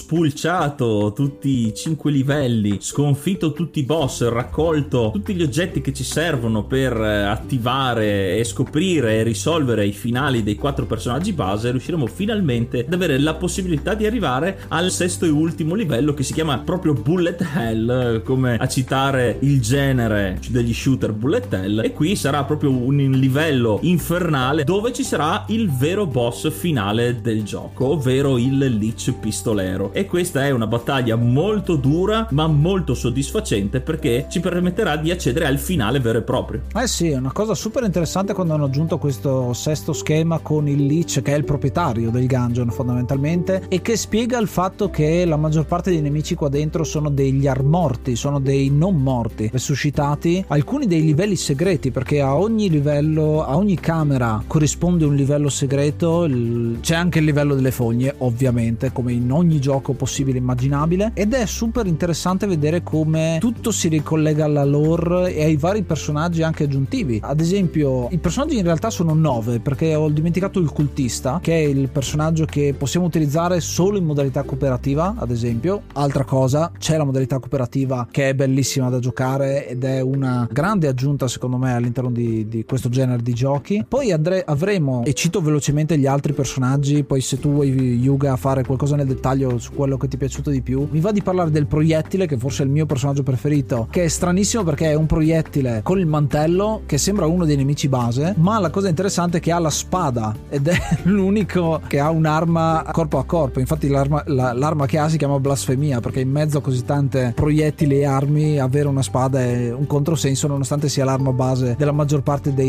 rilasciato tutti i 5 livelli, sconfitto tutti i boss, raccolto tutti gli oggetti che ci servono per attivare e scoprire e risolvere i finali dei 4 personaggi base, riusciremo finalmente ad avere la possibilità di arrivare al 6º e ultimo livello, che si chiama proprio Bullet Hell, come a citare il genere degli shooter bullet hell. E qui sarà proprio un livello infernale dove ci sarà il vero boss finale del gioco, ovvero il Lich pistolero. E questa è una battaglia molto dura ma molto soddisfacente, perché ci permetterà di accedere al finale vero e proprio. Sì, è una cosa super interessante quando hanno aggiunto questo 6º schema con il Lich, che è il proprietario del dungeon fondamentalmente, e che spiega il fatto che la maggior parte dei nemici qua dentro sono degli armorti, sono dei non morti resuscitati, alcuni dei livelli segreti, perché a ogni livello, a ogni camera corrisponde un livello segreto. C'è anche il livello delle fogne, ovviamente, come in ogni gioco possibile e immaginabile, ed è super interessante vedere come tutto si ricollega alla lore e ai vari personaggi anche aggiuntivi. Ad esempio, i personaggi in realtà sono 9, perché ho dimenticato il cultista, che è il personaggio che possiamo utilizzare solo in modalità cooperativa, ad esempio. Altra cosa, c'è la modalità cooperativa che è bellissima da giocare ed è una grande aggiunta secondo me all'interno di questo genere di giochi. Poi avremo, e cito velocemente gli altri personaggi, poi se tu vuoi, Yuga, fare qualcosa nel dettaglio su quello che ti è piaciuto di più, mi va di parlare del proiettile, che forse è il mio personaggio preferito, che è stranissimo perché è un proiettile con il mantello che sembra uno dei nemici base, ma la cosa interessante è che ha la spada ed è l'unico che ha un'arma corpo a corpo. Infatti l'arma che ha si chiama blasfemia, perché in mezzo a così tante proiettili e armi avere una spada è un controsenso, nonostante sia l'arma base della maggior parte dei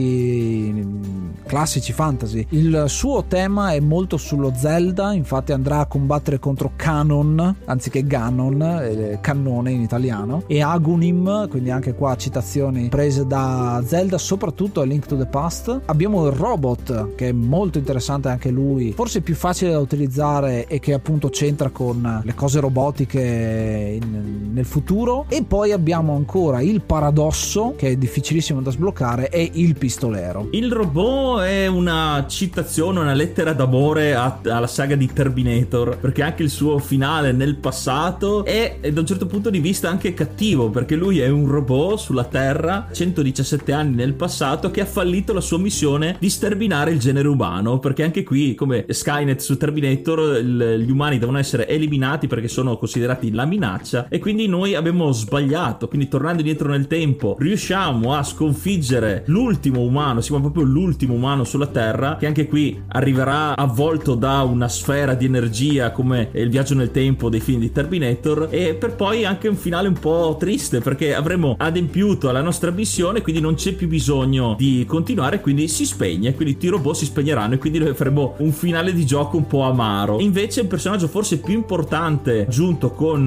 giochi classici fantasy. Il suo tema è molto sullo Zelda, infatti andrà a combattere contro Ganon anziché Ganon, cannone in italiano, e Agunim, quindi anche qua citazioni prese da Zelda, soprattutto a Link to the Past. Abbiamo il robot, che è molto interessante anche lui, forse più facile da utilizzare e che appunto c'entra con le cose robotiche nel futuro. E poi abbiamo ancora il paradosso, che è difficilissimo da sbloccare, e il pistolero. Il robot è una citazione, una lettera d'amore alla saga di Terminator, perché anche il suo finale nel passato è da un certo punto di vista anche cattivo, perché lui è un robot sulla Terra 117 anni nel passato che ha fallito la sua missione di sterminare il genere umano, perché anche qui, come Skynet su Terminator, gli umani devono essere eliminati perché sono considerati la minaccia, e quindi noi abbiamo sbagliato. Quindi tornando indietro nel tempo riusciamo a sconfiggere l'ultimo umano, siamo proprio l'ultimo umano sulla Terra, che anche qui arriverà avvolto da una sfera di energia come il viaggio nel tempo dei film di Terminator, e per poi anche un finale un po' triste, perché avremo adempiuto alla nostra missione, quindi non c'è più bisogno di continuare, quindi si spegne, quindi i robot si spegneranno e quindi noi faremo un finale di gioco un po' amaro. Invece il personaggio forse più importante aggiunto con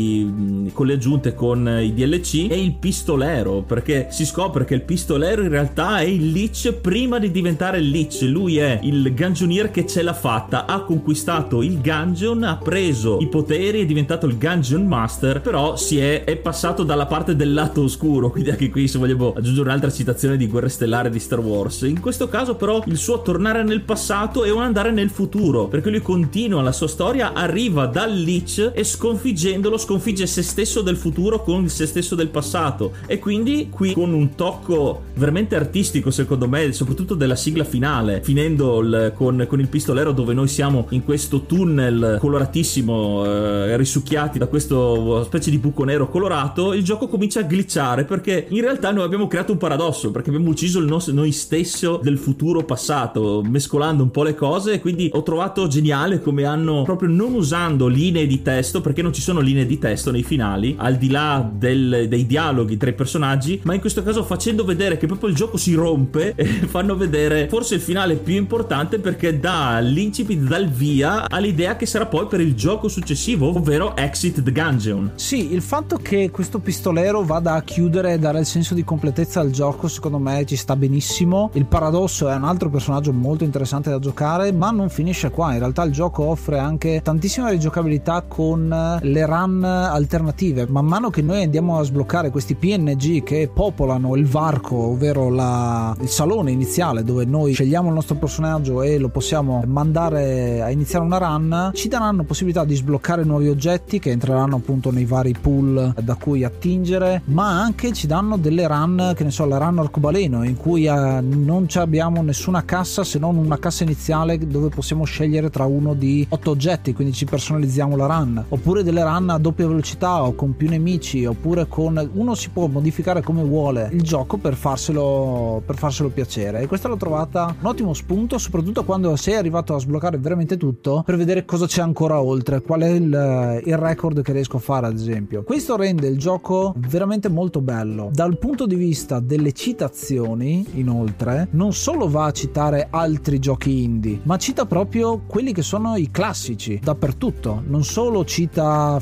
le aggiunte, con i DLC, è il pistolero, perché si scopre che il pistolero in realtà è il Lich prima di diventare il Lich. Lui è il Gungeoneer che ce l'ha fatta, ha conquistato il Gungeon, ha preso i poteri, è diventato il Gungeon Master, però è passato dalla parte del lato oscuro. Quindi anche qui, se vogliamo aggiungere un'altra citazione di Guerre Stellari di Star Wars, in questo caso però il suo tornare nel passato è un andare nel futuro, perché lui continua la sua storia, arriva dal Lich e sconfiggendolo sconfigge se stesso del futuro con il se stesso del passato. E quindi qui, con un tocco veramente artistico secondo me, soprattutto della sigla finale, finendo con il pistolero, dove noi siamo in questo tunnel coloratissimo, risucchiati da questo specie di buco nero colorato, il gioco comincia a glitchare, perché in realtà noi abbiamo creato un paradosso, perché abbiamo ucciso noi stesso del futuro passato, mescolando un po' le cose. E quindi ho trovato geniale come hanno, proprio non usando linee di testo, perché non ci sono linee di testo nei finali, al di là dei dialoghi tra i personaggi, ma in questo caso facendo vedere che proprio il gioco si rompe, e fanno vedere forse il finale più importante, perché dà l'incipit, dà il via all'idea che sarà poi per il gioco successivo, ovvero Exit the Gungeon. Sì, il fatto che questo pistolero vada a chiudere e dare il senso di completezza al gioco secondo me ci sta benissimo. Il paradosso è un altro personaggio molto interessante da giocare, ma non finisce qua. In realtà il gioco offre anche tantissima rigiocabilità con le run alternative. Man mano che noi andiamo a sbloccare questi PNG che popolano il varco, ovvero il salone iniziale dove noi scegliamo il nostro personaggio e lo possiamo mandare a iniziare una run, ci daranno possibilità di sbloccare nuovi oggetti che entreranno appunto nei vari pool da cui attingere, ma anche ci danno delle run, che ne so, la run arcobaleno, in cui non abbiamo nessuna cassa se non una cassa iniziale dove possiamo scegliere tra uno di 8 oggetti, quindi ci personalizziamo la run. Oppure delle run a doppia velocità o con più nemici, oppure con uno si può modificare come vuole il gioco per farselo piacere. E questa l'ho trovata un ottimo spunto, soprattutto quando sei arrivato a sbloccare veramente tutto, per vedere cosa c'è ancora oltre, qual è il record che riesco a fare, ad esempio. Questo rende il gioco veramente molto bello dal punto di vista delle citazioni. Inoltre non solo va a citare altri giochi indie, ma cita proprio quelli che sono i classici dappertutto. Non solo cita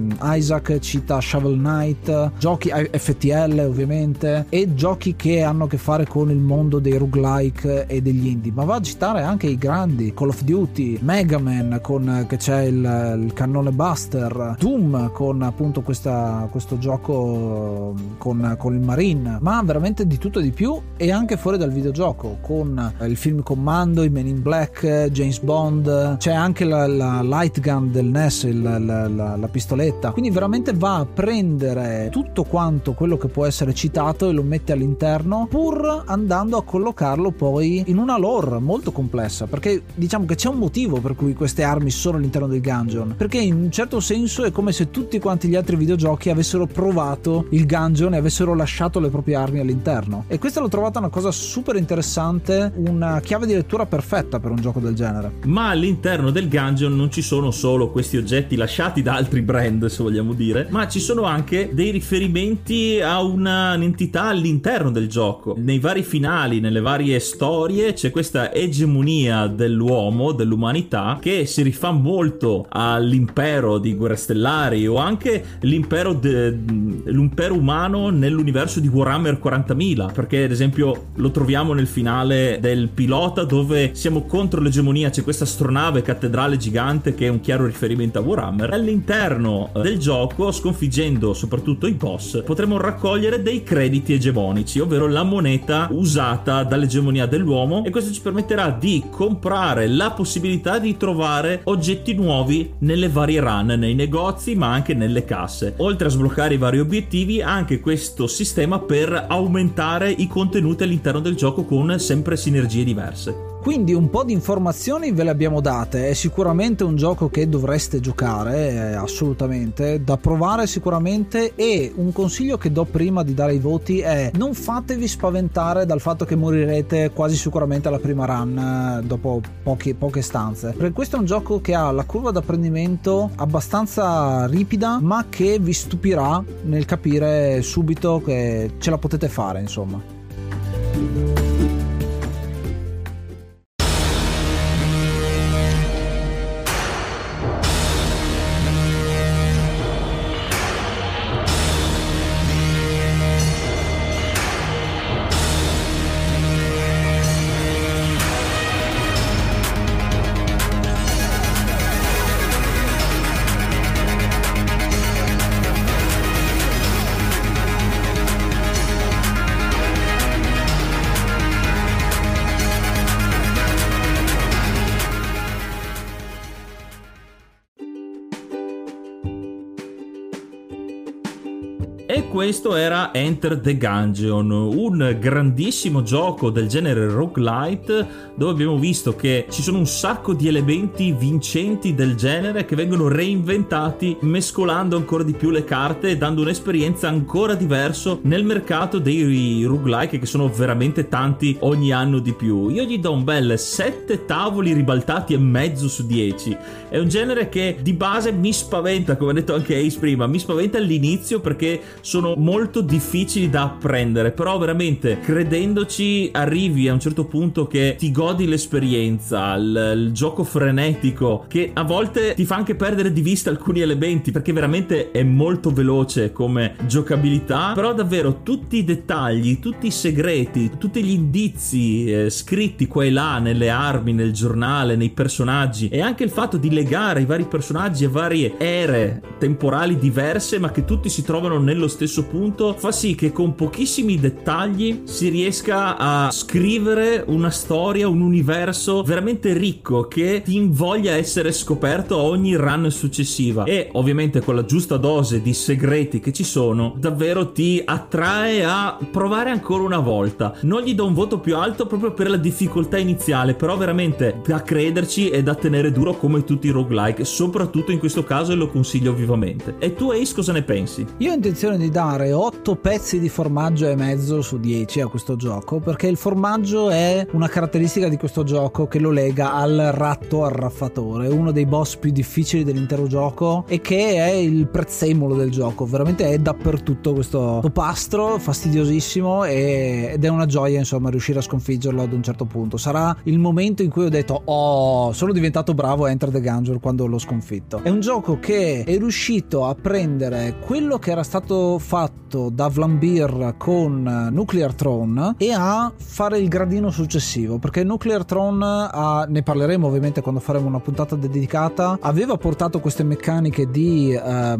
Isaac, cita Shovel Knight, giochi FTL ovviamente, e giochi che hanno a che fare con il mondo dei roguelike e degli indie, ma va a citare anche i grandi Call of Duty, Mega Man che c'è il cannone Buster, Doom con appunto questo gioco con il Marine, ma veramente di tutto e di più, e anche fuori dal videogioco con il film Commando, i Men in Black, James Bond, c'è anche la light gun del NES, la pistoletta, quindi veramente va a prendere tutto quanto quello che può essere citato e lo mette all'interno, pur andando a collocarlo poi in una lore molto complessa, perché diciamo che c'è un motivo per cui queste armi sono all'interno del gungeon, perché in un certo senso è come se tutti quanti gli altri videogiochi avessero provato il gungeon e avessero lasciato le proprie armi all'interno, e questa l'ho trovata una cosa super interessante, una chiave di lettura perfetta per un gioco del genere. Ma all'interno del gungeon non ci sono solo questi oggetti lasciati da altri brand, se vogliamo dire, ma ci sono anche dei riferimenti a un'entità all'interno del gioco. Nei vari finali, nelle varie storie, c'è questa egemonia dell'uomo, dell'umanità, che si rifà molto all'impero di Guerre Stellari, o anche l'impero umano nell'universo di Warhammer 40.000, perché ad esempio lo troviamo nel finale del pilota, dove siamo contro l'egemonia, c'è questa astronave cattedrale gigante che è un chiaro riferimento a Warhammer. All'interno del gioco, sconfiggendo soprattutto i boss, potremo raccogliere dei crediti egemonici, ovvero la moneta usata dall'egemonia dell'uomo, e questo ci permetterà di comprare la possibilità di trovare oggetti nuovi nelle varie run, nei negozi, ma anche nelle casse. Oltre a sbloccare i vari obiettivi, anche questo sistema per aumentare i contenuti all'interno del gioco con sempre sinergie diverse. Quindi un po' di informazioni ve le abbiamo date, è sicuramente un gioco che dovreste giocare, assolutamente, da provare sicuramente, e un consiglio che do prima di dare i voti è: non fatevi spaventare dal fatto che morirete quasi sicuramente alla prima run dopo poche stanze, perché questo è un gioco che ha la curva d'apprendimento abbastanza ripida, ma che vi stupirà nel capire subito che ce la potete fare, insomma. E questo era Enter the Gungeon, un grandissimo gioco del genere roguelite, dove abbiamo visto che ci sono un sacco di elementi vincenti del genere che vengono reinventati, mescolando ancora di più le carte e dando un'esperienza ancora diversa nel mercato dei roguelike, che sono veramente tanti ogni anno di più. Io gli do un bel 7 tavoli ribaltati e mezzo su 10. È un genere che di base mi spaventa, come ha detto anche Ace prima, mi spaventa all'inizio perché sono molto difficili da apprendere, però veramente credendoci arrivi a un certo punto che ti godi l'esperienza, il gioco frenetico che a volte ti fa anche perdere di vista alcuni elementi, perché veramente è molto veloce come giocabilità, però davvero tutti i dettagli, tutti i segreti, tutti gli indizi scritti qua e là nelle armi, nel giornale, nei personaggi, e anche il fatto di legare i vari personaggi a varie ere temporali diverse ma che tutti si trovano nello stesso stesso punto fa sì che con pochissimi dettagli si riesca a scrivere una storia, un universo veramente ricco che ti invoglia a essere scoperto a ogni run successiva, e ovviamente con la giusta dose di segreti che ci sono davvero ti attrae a provare ancora una volta. Non gli do un voto più alto proprio per la difficoltà iniziale, però veramente da crederci e da tenere duro come tutti i roguelike, soprattutto in questo caso, e lo consiglio vivamente. E tu, Ace, cosa ne pensi? Io ho intenzione di dare 8 pezzi di formaggio e mezzo su 10 a questo gioco, perché il formaggio è una caratteristica di questo gioco che lo lega al ratto arraffatore, uno dei boss più difficili dell'intero gioco e che è il prezzemolo del gioco. Veramente è dappertutto questo topastro fastidiosissimo, ed è una gioia insomma riuscire a sconfiggerlo ad un certo punto. Sarà il momento in cui ho detto sono diventato bravo a Enter the Gungeon quando l'ho sconfitto. È un gioco che è riuscito a prendere quello che era stato fatto da Vlambeer con Nuclear Throne e a fare il gradino successivo, perché Nuclear Throne ne parleremo ovviamente quando faremo una puntata dedicata, aveva portato queste meccaniche di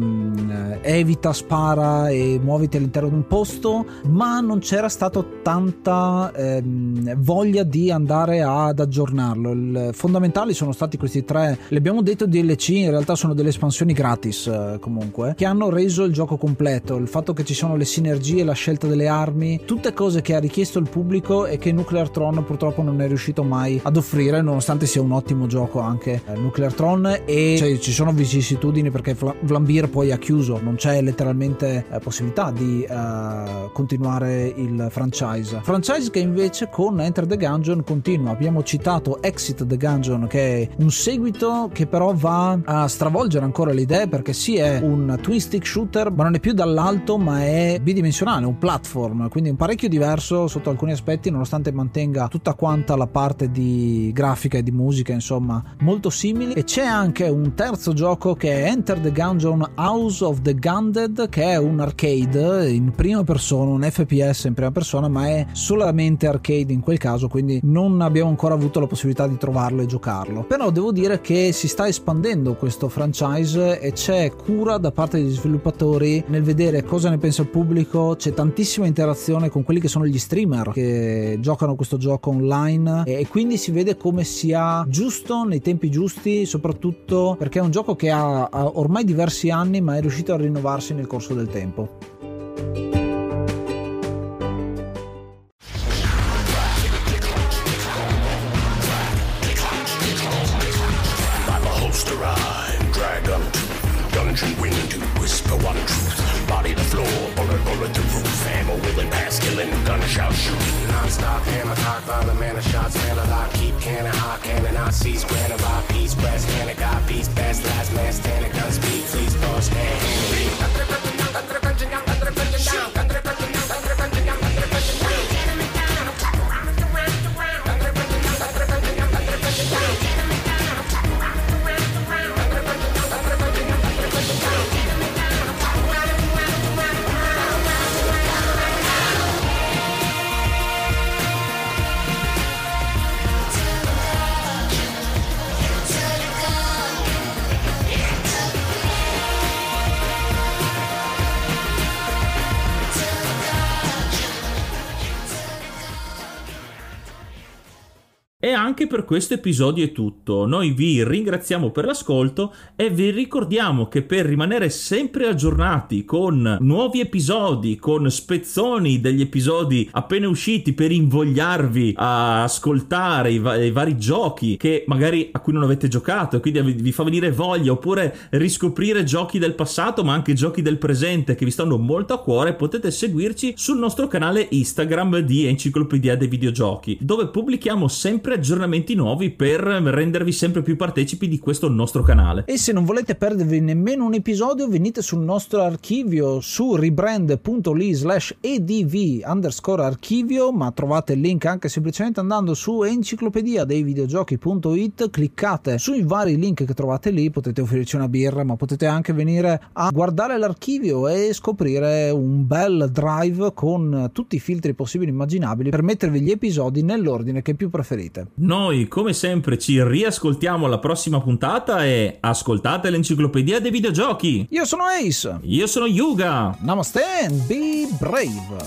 evita, spara e muoviti all'interno di un posto, ma non c'era stato tanta voglia di andare ad aggiornarlo. Fondamentali sono stati questi 3, le abbiamo detto DLC, in realtà sono delle espansioni gratis comunque, che hanno reso il gioco completo. Il fatto che ci sono le sinergie, la scelta delle armi, tutte cose che ha richiesto il pubblico e che Nuclear Throne purtroppo non è riuscito mai ad offrire, nonostante sia un ottimo gioco anche Nuclear Throne. E cioè, ci sono vicissitudini perché Vlambeer poi ha chiuso, non c'è letteralmente possibilità di continuare il franchise che invece con Enter the Gungeon continua. Abbiamo citato Exit the Gungeon, che è un seguito che però va a stravolgere ancora le idee, perché sì, è un twin stick shooter, ma non è più dall'alto, ma è bidimensionale, un platform, quindi un parecchio diverso sotto alcuni aspetti, nonostante mantenga tutta quanta la parte di grafica e di musica insomma molto simili. E c'è anche un terzo gioco che è Enter the Gungeon House of the Gundead, che è un arcade in prima persona, un FPS in prima persona, ma è solamente arcade in quel caso, quindi non abbiamo ancora avuto la possibilità di trovarlo e giocarlo. Però devo dire che si sta espandendo questo franchise e c'è cura da parte degli sviluppatori nel vedere cosa ne pensa il pubblico. C'è tantissima interazione con quelli che sono gli streamer che giocano questo gioco online, e quindi si vede come sia giusto nei tempi giusti, soprattutto perché è un gioco che ha ormai diversi anni, ma è riuscito a rinnovarsi nel corso del tempo. Gunshot shooting non-stop, hammer cock, violent manner, shots, man alive, keep cannon, hot cannon, I seize granite, by peace, brass cannon, got peace, best last man standing, gun speed, please, boss, hand, E anche per questo episodio è tutto. Noi vi ringraziamo per l'ascolto e vi ricordiamo che per rimanere sempre aggiornati con nuovi episodi, con spezzoni degli episodi appena usciti per invogliarvi a ascoltare i vari giochi che magari a cui non avete giocato e quindi vi fa venire voglia, oppure riscoprire giochi del passato ma anche giochi del presente che vi stanno molto a cuore, potete seguirci sul nostro canale Instagram di Enciclopedia dei Videogiochi, dove pubblichiamo sempre aggiornamenti nuovi per rendervi sempre più partecipi di questo nostro canale. E se non volete perdervi nemmeno un episodio, venite sul nostro archivio su rebrand.ly/edv_archivio, ma trovate il link anche semplicemente andando su enciclopedia dei videogiochi.it, cliccate sui vari link che trovate lì, potete offrirci una birra, ma potete anche venire a guardare l'archivio e scoprire un bel drive con tutti i filtri possibili e immaginabili per mettervi gli episodi nell'ordine che più preferite. assolutamente. Noi come sempre ci riascoltiamo alla prossima puntata e ascoltate l'Enciclopedia dei Videogiochi. Io sono Ace. Io sono Yuga. Namaste and be brave.